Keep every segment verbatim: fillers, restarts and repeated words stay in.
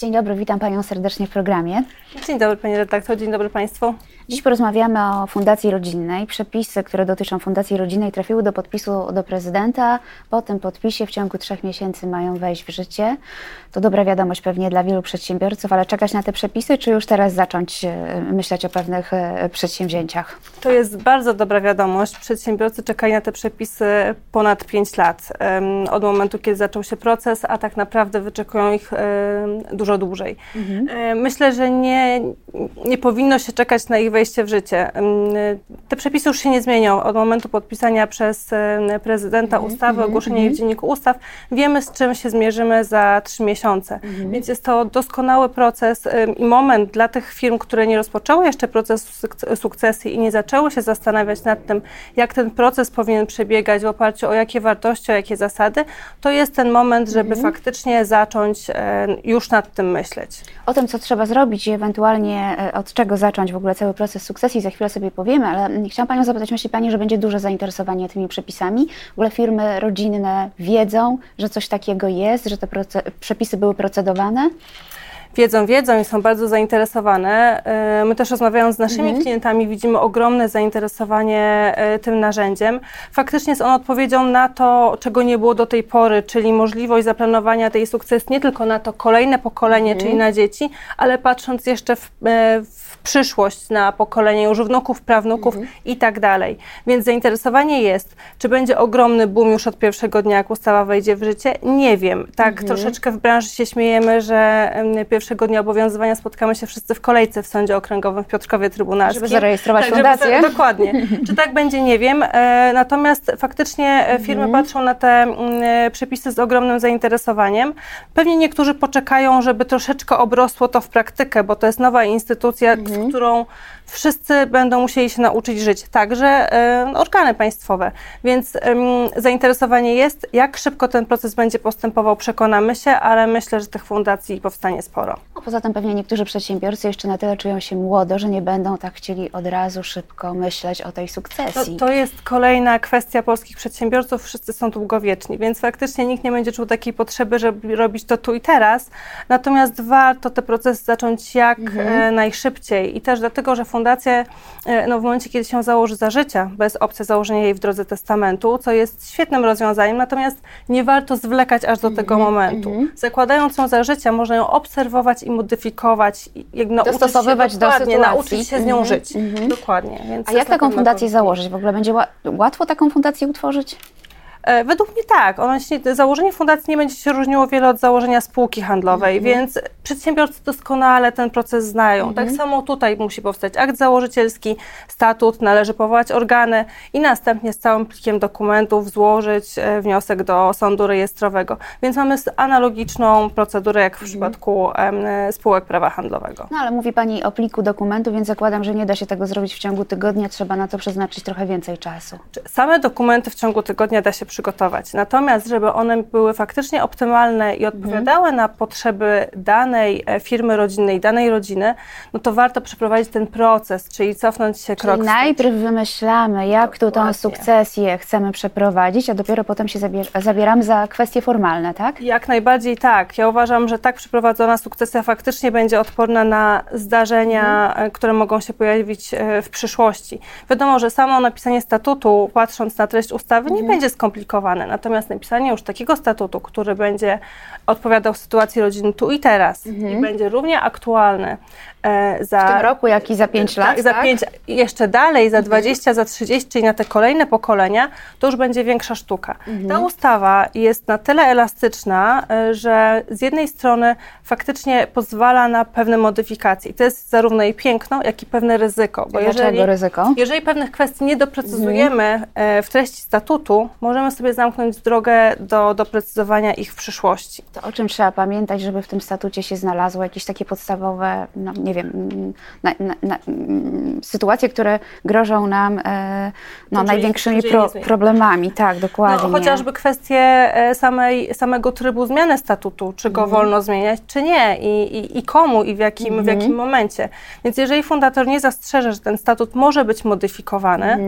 Dzień dobry, witam Panią serdecznie w programie. Dzień dobry Pani redaktor, dzień dobry Państwu. Dziś porozmawiamy o Fundacji Rodzinnej. Przepisy, które dotyczą Fundacji Rodzinnej, trafiły do podpisu do prezydenta. Po tym podpisie w ciągu trzech miesięcy mają wejść w życie. To dobra wiadomość pewnie dla wielu przedsiębiorców, ale czekać na te przepisy, czy już teraz zacząć myśleć o pewnych przedsięwzięciach? To jest bardzo dobra wiadomość. Przedsiębiorcy czekali na te przepisy ponad pięć lat. Od momentu, kiedy zaczął się proces, a tak naprawdę wyczekują ich dużo dłużej. Mhm. Myślę, że nie, nie powinno się czekać na ich wejście w życie. Te przepisy już się nie zmienią. Od momentu podpisania przez prezydenta mhm. ustawy, ogłoszenia jej w Dzienniku Ustaw, wiemy, z czym się zmierzymy za trzy miesiące. Mhm. Więc jest to doskonały proces i moment dla tych firm, które nie rozpoczęły jeszcze procesu sukcesji i nie zaczęły się zastanawiać nad tym, jak ten proces powinien przebiegać, w oparciu o jakie wartości, o jakie zasady, to jest ten moment, żeby mhm. faktycznie zacząć już nad tym myśleć. O tym, co trzeba zrobić i ewentualnie od czego zacząć w ogóle cały proces sukcesji, za chwilę sobie powiemy, ale chciałam Panią zapytać, myśli Pani, że będzie duże zainteresowanie tymi przepisami? W ogóle firmy rodzinne wiedzą, że coś takiego jest, że te przepisy były procedowane? Wiedzą, wiedzą i są bardzo zainteresowane. My też rozmawiając z naszymi mhm. klientami widzimy ogromne zainteresowanie tym narzędziem. Faktycznie jest on odpowiedzią na to, czego nie było do tej pory, czyli możliwość zaplanowania tej sukcesji nie tylko na to kolejne pokolenie, mhm. czyli na dzieci, ale patrząc jeszcze w, w przyszłość na pokolenie już wnuków, prawnuków mhm. i tak dalej. Więc zainteresowanie jest. Czy będzie ogromny boom już od pierwszego dnia, jak ustawa wejdzie w życie? Nie wiem. Tak, mhm. troszeczkę w branży się śmiejemy, że pierwszego dnia obowiązywania spotkamy się wszyscy w kolejce w Sądzie Okręgowym w Piotrkowie Trybunalskim. Żeby zarejestrować tak, fundację. Żeby, dokładnie. Czy tak będzie, nie wiem. E, natomiast faktycznie firmy mhm. patrzą na te m, przepisy z ogromnym zainteresowaniem. Pewnie niektórzy poczekają, żeby troszeczkę obrosło to w praktykę, bo to jest nowa instytucja, mhm. w którą wszyscy będą musieli się nauczyć żyć, także e, organy państwowe. Więc e, zainteresowanie jest. Jak szybko ten proces będzie postępował, przekonamy się, ale myślę, że tych fundacji powstanie sporo. A poza tym pewnie niektórzy przedsiębiorcy jeszcze na tyle czują się młodo, że nie będą tak chcieli od razu szybko myśleć o tej sukcesji. To, to jest kolejna kwestia polskich przedsiębiorców. Wszyscy są długowieczni, więc faktycznie nikt nie będzie czuł takiej potrzeby, żeby robić to tu i teraz. Natomiast warto te procesy zacząć jak mhm. e, najszybciej i też dlatego, że Fundacja, no w momencie, kiedy się założy za życia, bez opcji założenia jej w drodze testamentu, co jest świetnym rozwiązaniem, natomiast nie warto zwlekać aż do mm-hmm, tego momentu. Mm-hmm. Zakładając ją za życia, można ją obserwować i modyfikować, i dostosowywać do sytuacji. Nauczyć się z nią mm-hmm, żyć. Mm-hmm. Dokładnie. Więc a jak taką fundację założyć? W ogóle będzie łatwo taką fundację utworzyć? Według mnie tak. Ona się, założenie fundacji nie będzie się różniło wiele od założenia spółki handlowej, mhm. więc przedsiębiorcy doskonale ten proces znają. Mhm. Tak samo tutaj musi powstać akt założycielski, statut, należy powołać organy i następnie z całym plikiem dokumentów złożyć wniosek do sądu rejestrowego. Więc mamy analogiczną procedurę jak w mhm. przypadku um, spółek prawa handlowego. No ale mówi Pani o pliku dokumentów, więc zakładam, że nie da się tego zrobić w ciągu tygodnia, trzeba na to przeznaczyć trochę więcej czasu. Same dokumenty w ciągu tygodnia da się przygotować. Natomiast, żeby one były faktycznie optymalne i odpowiadały mhm. na potrzeby danej firmy rodzinnej, danej rodziny, no to warto przeprowadzić ten proces, czyli cofnąć się czyli krok. Najpierw wymyślamy, jak tu tą sukcesję chcemy przeprowadzić, a dopiero potem się zabier- zabieramy za kwestie formalne, tak? Jak najbardziej tak. Ja uważam, że tak przeprowadzona sukcesja faktycznie będzie odporna na zdarzenia, mhm. które mogą się pojawić w przyszłości. Wiadomo, że samo napisanie statutu, patrząc na treść ustawy, mhm. nie będzie skomplikowane. Natomiast napisanie już takiego statutu, który będzie odpowiadał sytuacji rodziny tu i teraz mhm. i będzie równie aktualny e, za... W tym roku, jak i za pięć lat, tak? Za tak? pięć, jeszcze dalej, za dwadzieścia, za trzydzieści, czyli na te kolejne pokolenia, to już będzie większa sztuka. Mhm. Ta ustawa jest na tyle elastyczna, że z jednej strony faktycznie pozwala na pewne modyfikacje. I to jest zarówno jej piękno, jak i pewne ryzyko. Bo jeżeli, ryzyko? jeżeli pewnych kwestii nie doprecyzujemy mhm. w treści statutu, możemy sobie zamknąć drogę do doprecyzowania ich w przyszłości. To o czym trzeba pamiętać, żeby w tym statucie się znalazło jakieś takie podstawowe, no nie wiem, na, na, na, sytuacje, które grożą nam e, no, największymi pro, problemami. Tak, dokładnie. No, chociażby kwestie samej, samego trybu zmiany statutu, czy go mhm. wolno zmieniać, czy nie i, i, i komu i w jakim, mhm. w jakim momencie. Więc jeżeli fundator nie zastrzeże, że ten statut może być modyfikowany, mhm.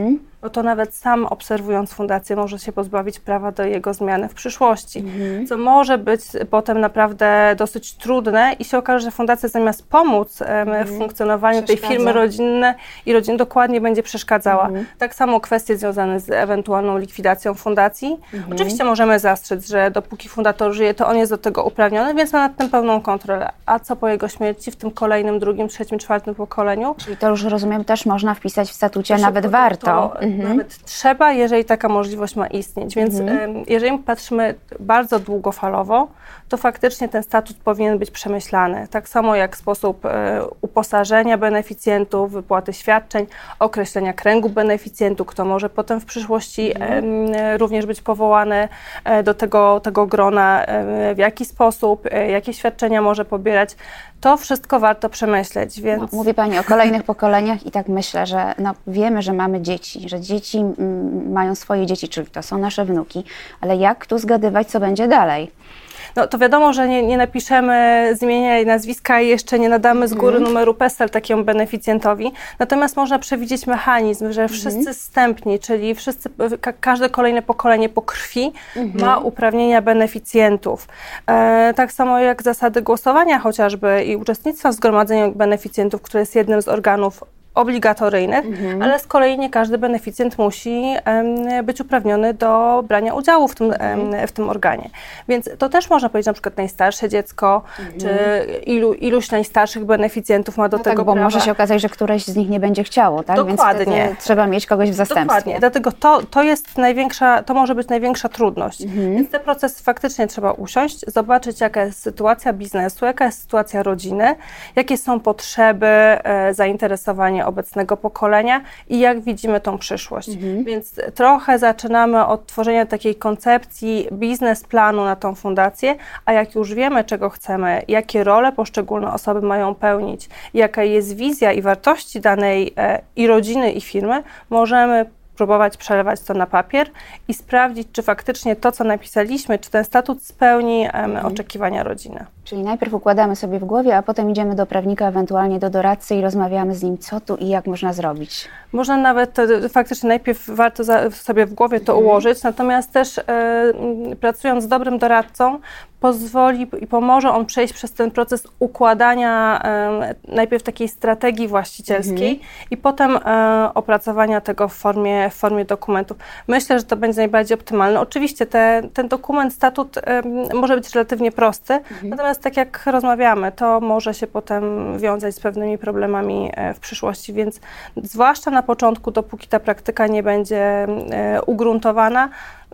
no to nawet sam obserwując fundację może się pozbawić prawa do jego zmiany w przyszłości, mhm. co może być potem naprawdę dosyć trudne i się okaże, że fundacja zamiast pomóc mhm. w funkcjonowaniu tej firmy rodzinnej i rodziny dokładnie będzie przeszkadzała. Mhm. Tak samo kwestie związane z ewentualną likwidacją fundacji. Mhm. Oczywiście możemy zastrzec, że dopóki fundator żyje, to on jest do tego uprawniony, więc ma nad tym pełną kontrolę. A co po jego śmierci w tym kolejnym, drugim, trzecim, czwartym pokoleniu? Czyli to już rozumiem, też można wpisać w statucie, nawet warto. To, mhm. Nawet trzeba, jeżeli taka możliwość ma istnieć. Więc mhm. jeżeli patrzymy bardzo długofalowo, to faktycznie ten statut powinien być przemyślany. Tak samo jak sposób e, uposażenia beneficjentów, wypłaty świadczeń, określenia kręgu beneficjentów, kto może potem w przyszłości mhm. e, również być powołany e, do tego, tego grona, e, w jaki sposób, e, jakie świadczenia może pobierać. To wszystko warto przemyśleć, więc... No, mówi Pani o kolejnych pokoleniach i tak myślę, że no, wiemy, że mamy dzieci, że dzieci mm, mają swoje dzieci, czyli to są nasze wnuki, ale jak tu zgadywać, co będzie dalej? No to wiadomo, że nie, nie napiszemy z imienia i nazwiska i jeszcze nie nadamy z góry mm. numeru PESEL takiemu beneficjentowi, natomiast można przewidzieć mechanizm, że wszyscy mm. zstępni, czyli wszyscy, ka każde kolejne pokolenie po krwi mm. ma uprawnienia beneficjentów. E, tak samo jak zasady głosowania chociażby i uczestnictwa w zgromadzeniu beneficjentów, które jest jednym z organów obligatoryjnych, mhm. ale z kolei nie każdy beneficjent musi um, być uprawniony do brania udziału w tym, mhm. um, w tym organie. Więc to też można powiedzieć, na przykład najstarsze dziecko, mhm. czy ilu, iluś najstarszych beneficjentów ma do no tego tak, bo prawa. może się okazać, że któreś z nich nie będzie chciało, tak? Dokładnie. Więc trzeba mieć kogoś w zastępstwie. Dokładnie, dlatego to, to jest największa, to może być największa trudność. Mhm. Więc ten proces faktycznie trzeba usiąść, zobaczyć, jaka jest sytuacja biznesu, jaka jest sytuacja rodziny, jakie są potrzeby, e, zainteresowania obecnego pokolenia i jak widzimy tą przyszłość. Mhm. Więc trochę zaczynamy od tworzenia takiej koncepcji biznesplanu na tą fundację, a jak już wiemy, czego chcemy, jakie role poszczególne osoby mają pełnić, jaka jest wizja i wartości danej e, i rodziny, i firmy, możemy próbować przelewać to na papier i sprawdzić, czy faktycznie to, co napisaliśmy, czy ten statut spełni um, mhm. oczekiwania rodziny. Czyli najpierw układamy sobie w głowie, a potem idziemy do prawnika, ewentualnie do doradcy i rozmawiamy z nim, co tu i jak można zrobić. Można nawet e, faktycznie najpierw warto za, sobie w głowie to mhm. ułożyć, natomiast też e, pracując z dobrym doradcą, pozwoli i pomoże on przejść przez ten proces układania e, najpierw takiej strategii właścicielskiej mhm. i potem e, opracowania tego w formie, w formie dokumentów. Myślę, że to będzie najbardziej optymalne. Oczywiście te, ten dokument, statut e, może być relatywnie prosty, mhm. natomiast tak jak rozmawiamy, to może się potem wiązać z pewnymi problemami e, w przyszłości, więc zwłaszcza na początku, dopóki ta praktyka nie będzie e, ugruntowana,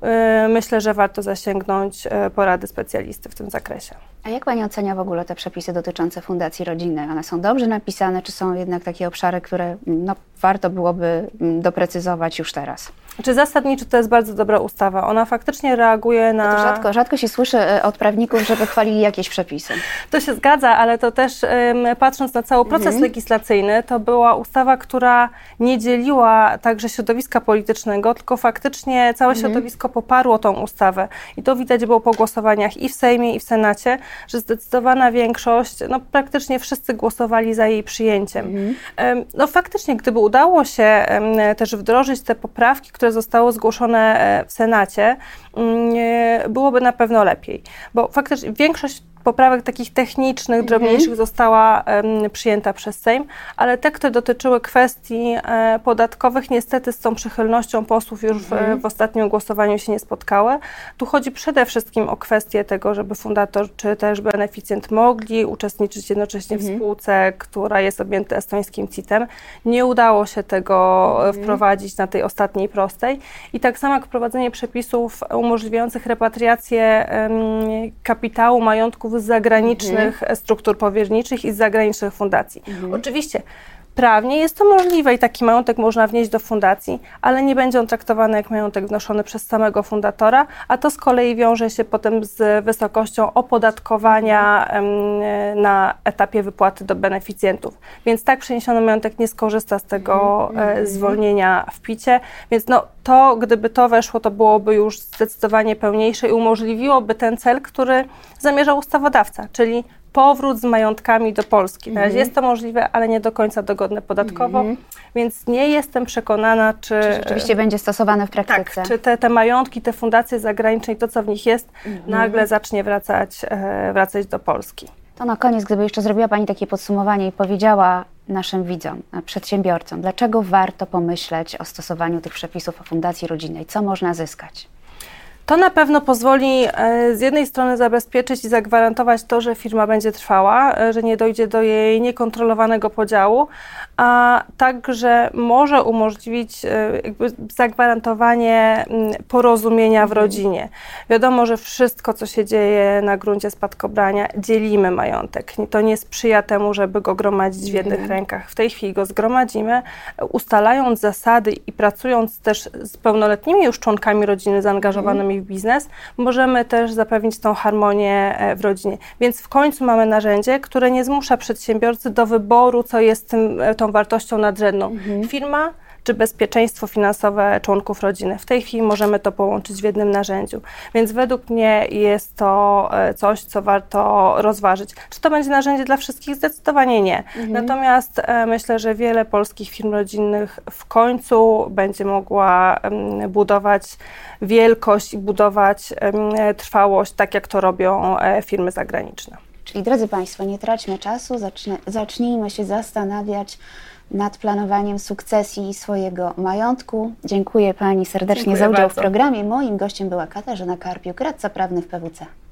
myślę, że warto zasięgnąć porady specjalisty w tym zakresie. A jak Pani ocenia w ogóle te przepisy dotyczące fundacji rodzinnej? One są dobrze napisane, czy są jednak takie obszary, które no, warto byłoby doprecyzować już teraz? Czy zasadniczo to jest bardzo dobra ustawa. Ona faktycznie reaguje na... To rzadko, rzadko się słyszy od prawników, żeby chwalili jakieś przepisy. To się zgadza, ale to też um, patrząc na cały proces mhm. legislacyjny, to była ustawa, która nie dzieliła także środowiska politycznego, tylko faktycznie całe mhm. środowisko poparło tą ustawę. I to widać było po głosowaniach i w Sejmie, i w Senacie, że zdecydowana większość, no praktycznie wszyscy głosowali za jej przyjęciem. Mhm. Um, no faktycznie, gdyby udało się um, też wdrożyć te poprawki, które zostało zgłoszone w Senacie, byłoby na pewno lepiej, bo faktycznie większość poprawek takich technicznych, drobniejszych mhm. została um, przyjęta przez Sejm, ale te, które dotyczyły kwestii e, podatkowych, niestety z tą przychylnością posłów już mhm. w, w ostatnim głosowaniu się nie spotkały. Tu chodzi przede wszystkim o kwestię tego, żeby fundator czy też beneficjent mogli uczestniczyć jednocześnie mhm. w spółce, która jest objęta estońskim C I T-em. Nie udało się tego mhm. wprowadzić na tej ostatniej prostej i tak samo jak wprowadzenie przepisów umożliwiających repatriację um, kapitału, majątków z zagranicznych mhm. struktur powierniczych i z zagranicznych fundacji. Mhm. Oczywiście prawnie jest to możliwe i taki majątek można wnieść do fundacji, ale nie będzie on traktowany jak majątek wnoszony przez samego fundatora, a to z kolei wiąże się potem z wysokością opodatkowania um, na etapie wypłaty do beneficjentów. Więc tak przeniesiony majątek nie skorzysta z tego mhm. zwolnienia w picie, więc no to, gdyby to weszło, to byłoby już zdecydowanie pełniejsze i umożliwiłoby ten cel, który zamierzał ustawodawca, czyli powrót z majątkami do Polski. Na razie Mhm. jest to możliwe, ale nie do końca dogodne podatkowo, Mhm. więc nie jestem przekonana, czy... Czy rzeczywiście będzie stosowane w praktyce? Tak, czy te, te majątki, te fundacje zagraniczne i to, co w nich jest, Mhm. nagle zacznie wracać, e, wracać do Polski. To na koniec, gdyby jeszcze zrobiła Pani takie podsumowanie i powiedziała naszym widzom, przedsiębiorcom, dlaczego warto pomyśleć o stosowaniu tych przepisów o fundacji rodzinnej? Co można zyskać? To na pewno pozwoli e, z jednej strony zabezpieczyć i zagwarantować to, że firma będzie trwała, e, że nie dojdzie do jej niekontrolowanego podziału, a także może umożliwić e, jakby zagwarantowanie m, porozumienia w rodzinie. Wiadomo, że wszystko, co się dzieje na gruncie spadkobrania, dzielimy majątek. To nie sprzyja temu, żeby go gromadzić w jednych rękach. W tej chwili go zgromadzimy, ustalając zasady i pracując też z pełnoletnimi już członkami rodziny zaangażowanymi w biznes, możemy też zapewnić tą harmonię w rodzinie. Więc w końcu mamy narzędzie, które nie zmusza przedsiębiorcy do wyboru, co jest tym, tą wartością nadrzędną. Mhm. Firma czy bezpieczeństwo finansowe członków rodziny. W tej chwili możemy to połączyć w jednym narzędziu. Więc według mnie jest to coś, co warto rozważyć. Czy to będzie narzędzie dla wszystkich? Zdecydowanie nie. Mhm. Natomiast e, myślę, że wiele polskich firm rodzinnych w końcu będzie mogła um, budować wielkość i budować um, trwałość, tak jak to robią e, firmy zagraniczne. Czyli drodzy Państwo, nie traćmy czasu, zacznę, zacznijmy się zastanawiać nad planowaniem sukcesji swojego majątku. Dziękuję Pani serdecznie Dziękuję za udział bardzo. w programie. Moim gościem była Katarzyna Karpiuk, radca prawny w P W C.